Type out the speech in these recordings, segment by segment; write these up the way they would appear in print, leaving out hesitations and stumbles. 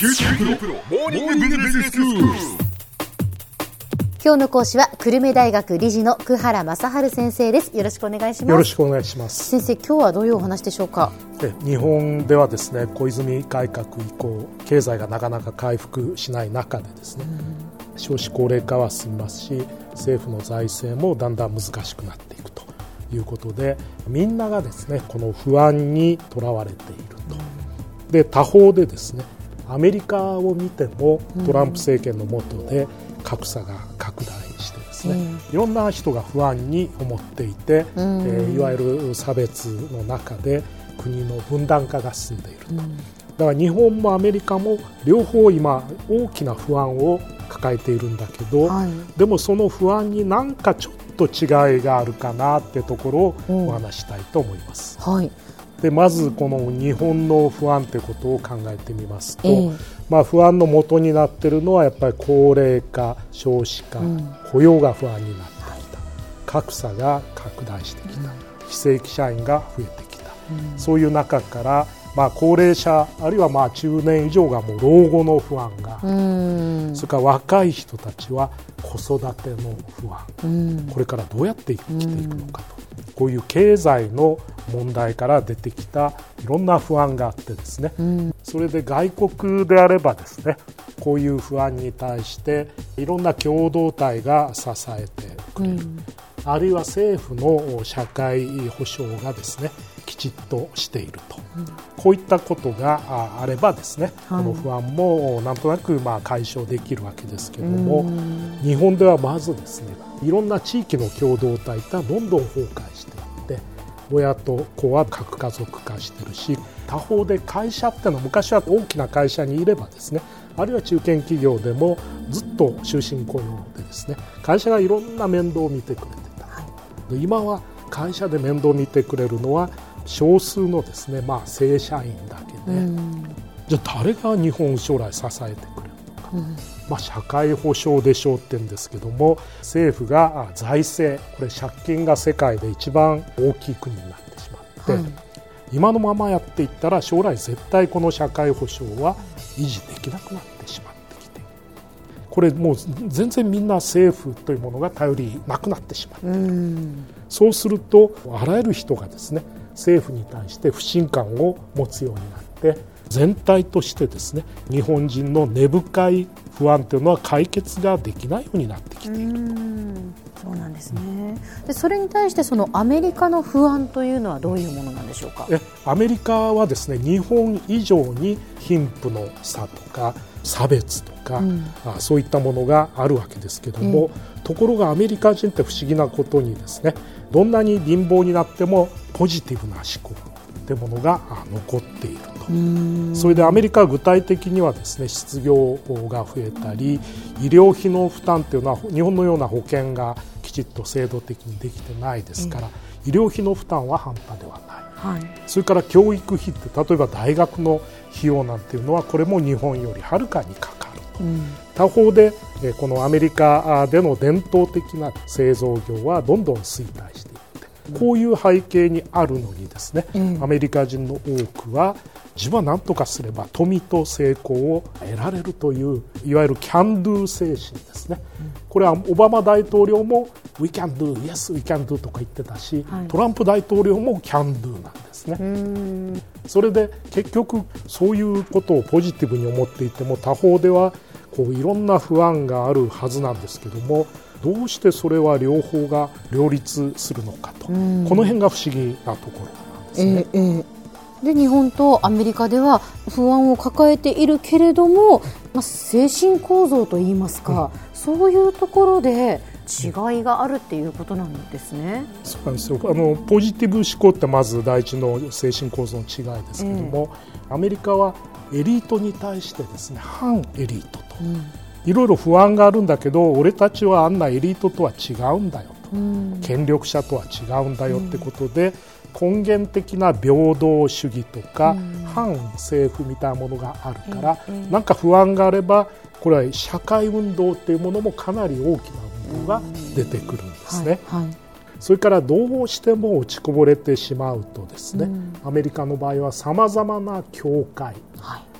今日の講師は久留米大学理事の久原正治先生です。よろしくお願いします。 よろしくお願いします。 先生、今日はどういうお話でしょうか。 日本ではですね、小泉改革以降経済がなかなか回復しない中でですね、少子高齢化は進みますし、政府の財政もだんだん難しくなっていくということで、みんながですねこの不安にとらわれていると。で他方でですね、アメリカを見てもトランプ政権の下で格差が拡大してですね、いろんな人が不安に思っていて、いわゆる差別の中で国の分断化が進んでいると。だから日本もアメリカも両方今大きな不安を抱えているんだけど、でもその不安に何かちょっと違いがあるかなってところをお話したいと思います。でまずこの日本の不安ということを考えてみますと、不安の元になっているのはやっぱり高齢化、少子化、雇用が不安になってきた、格差が拡大してきた、非正規社員が増えてきた、そういう中から高齢者あるいは中年以上がもう老後の不安が、それから若い人たちは子育ての不安、これからどうやって生きていくのかと、こういう経済の問題から出てきたいろんな不安があってですね、それで外国であればですね、こういう不安に対していろんな共同体が支えてくれる、あるいは政府の社会保障がですねきちっとしていると、こういったことがあればですね、この不安もなんとなく解消できるわけですけれども、日本ではまずですね、いろんな地域の共同体がどんどん崩壊していって、親と子は核家族化しているし、他方で会社ってのは昔は大きな会社にいればですね、あるいは中堅企業でもずっと終身雇用でですね、会社がいろんな面倒を見てくれてた、今は会社で面倒を見てくれるのは少数のですね、正社員だけで、じゃあ誰が日本を将来支えてくれるのか、社会保障でしょうって言うんですけども、政府が財政、これ借金が世界で一番大きい国になってしまって、今のままやっていったら将来絶対この社会保障は維持できなくなってしまってきて、これもう全然みんな政府というものが頼りなくなってしまう、そうするとあらゆる人がですね政府に対して不信感を持つようになって、全体としてですね日本人の根深い不安というのは解決ができないようになってきていると。 そうなんですね。でそれに対してそのアメリカの不安というのはどういうものなんでしょうか。 アメリカはですね、日本以上に貧富の差とか差別とか、そういったものがあるわけですけども、ところがアメリカ人って不思議なことにですね、どんなに貧乏になってもポジティブな思考というものが残っていると。それでアメリカは具体的にはですね、失業が増えたり、医療費の負担というのは日本のような保険がきちっと制度的にできてないですから、医療費の負担は半端ではない、それから教育費って例えば大学の費用なんていうのはこれも日本よりはるかにかかると、他方でこのアメリカでの伝統的な製造業はどんどん衰退していって、こういう背景にあるのにですね、アメリカ人の多くは自分は何とかすれば富と成功を得られるといういわゆる can do 精神ですね、これはオバマ大統領も We can do, yes we can do とか言ってたし、トランプ大統領も can do なんですね。それで結局そういうことをポジティブに思っていても、他方ではこういろんな不安があるはずなんですけども、どうしてそれは両方が両立するのかと、この辺が不思議なところなんですね。 で日本とアメリカでは不安を抱えているけれども、精神構造といいますか、そういうところで違いがあるっていうことなんですね。 そうなんですよ。ポジティブ思考ってまず第一の精神構造の違いですけども、アメリカはエリートに対してですね、反エリートと、いろいろ不安があるんだけど、俺たちはあんなエリートとは違うんだよと、権力者とは違うんだよってことで、根源的な平等主義とか、反政府みたいなものがあるから、なんか不安があればこれは社会運動っていうものもかなり大きな運動が出てくるんですね。それからどうしても落ちこぼれてしまうとですね、アメリカの場合はさまざまな教会、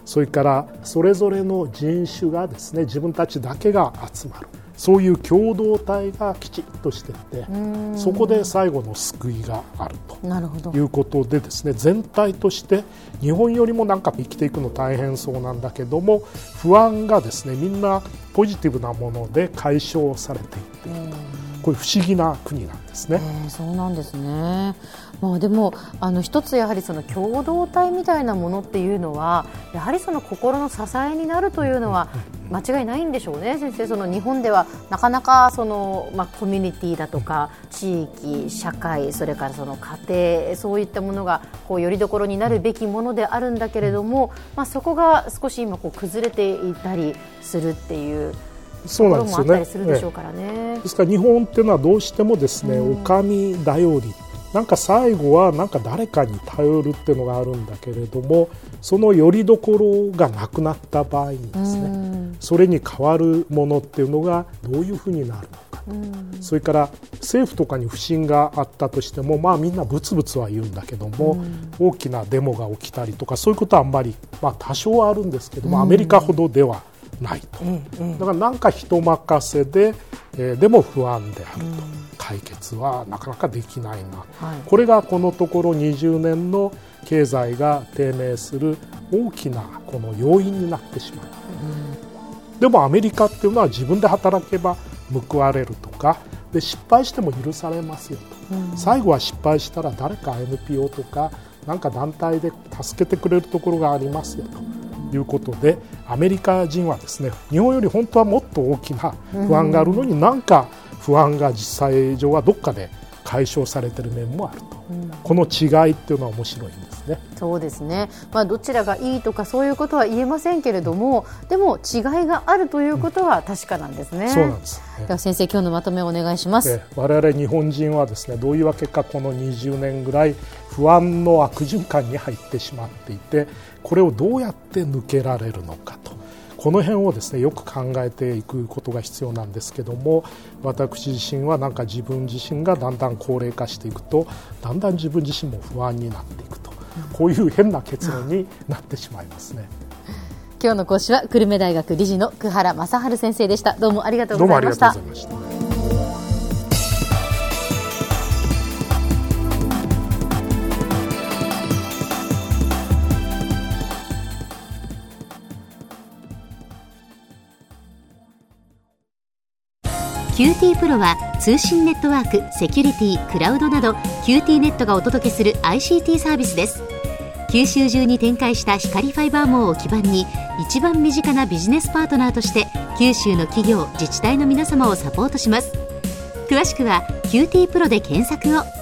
それからそれぞれの人種がですね、自分たちだけが集まる、そういう共同体がきちっとしていて、そこで最後の救いがあるということでですね、全体として日本よりもなんか生きていくの大変そうなんだけども、不安がですねみんなポジティブなもので解消されていっていると、こういう不思議な国なんですね。 そうなんですね。でも一つやはりその共同体みたいなものっていうのはやはりその心の支えになるというのは間違いないんでしょうね。先生、その日本ではなかなかその、コミュニティだとか地域社会、それからその家庭、そういったものがこうよりどころになるべきものであるんだけれども、そこが少し今こう崩れていたりするっていうところもあったりするでしょうからね。 ですから日本っていうのはどうしてもですね、お上頼り、なんか最後はなんか誰かに頼るっていうのがあるんだけれども、その拠り所がなくなった場合にですね、それに代わるものっていうのがどういうふうになるのか、それから政府とかに不信があったとしても、みんなブツブツは言うんだけども、大きなデモが起きたりとかそういうことはあんまり、多少はあるんですけども、アメリカほどではないと。だからなんか人任せで、でも不安であると、解決はなかなかできないな、これがこのところ20年の経済が低迷する大きなこの要因になってしまう。でもアメリカっていうのは自分で働けば報われるとかで、失敗しても許されますよと、最後は失敗したら誰か NPO とかなんか団体で助けてくれるところがありますよということで、アメリカ人はですね、日本より本当はもっと大きな不安があるのに、なんか不安が実際上はどっかで解消されている面もあると、この違いっていうのは面白いんですね。 そうですね、どちらがいいとかそういうことは言えませんけれども、でも違いがあるということは確かなんですね。 そうなんです、 では先生、今日のまとめをお願いします。 我々日本人はですね、どういうわけかこの20年ぐらい不安の悪循環に入ってしまっていて、これをどうやって抜けられるのかと、この辺をですねよく考えていくことが必要なんですけども、私自身はなんか自分自身がだんだん高齢化していくと、だんだん自分自身も不安になっていくと、こういう変な結論になってしまいますね。 今日の講師は久留米大学理事の久原正治先生でした。どうもありがとうございました。 どうもありがとうございました。 QT プロは通信ネットワーク、セキュリティ、クラウドなど QT ネットがお届けする ICT サービスです。九州中に展開した光ファイバー網を基盤に、一番身近なビジネスパートナーとして九州の企業、自治体の皆様をサポートします。詳しくは QT プロで検索を。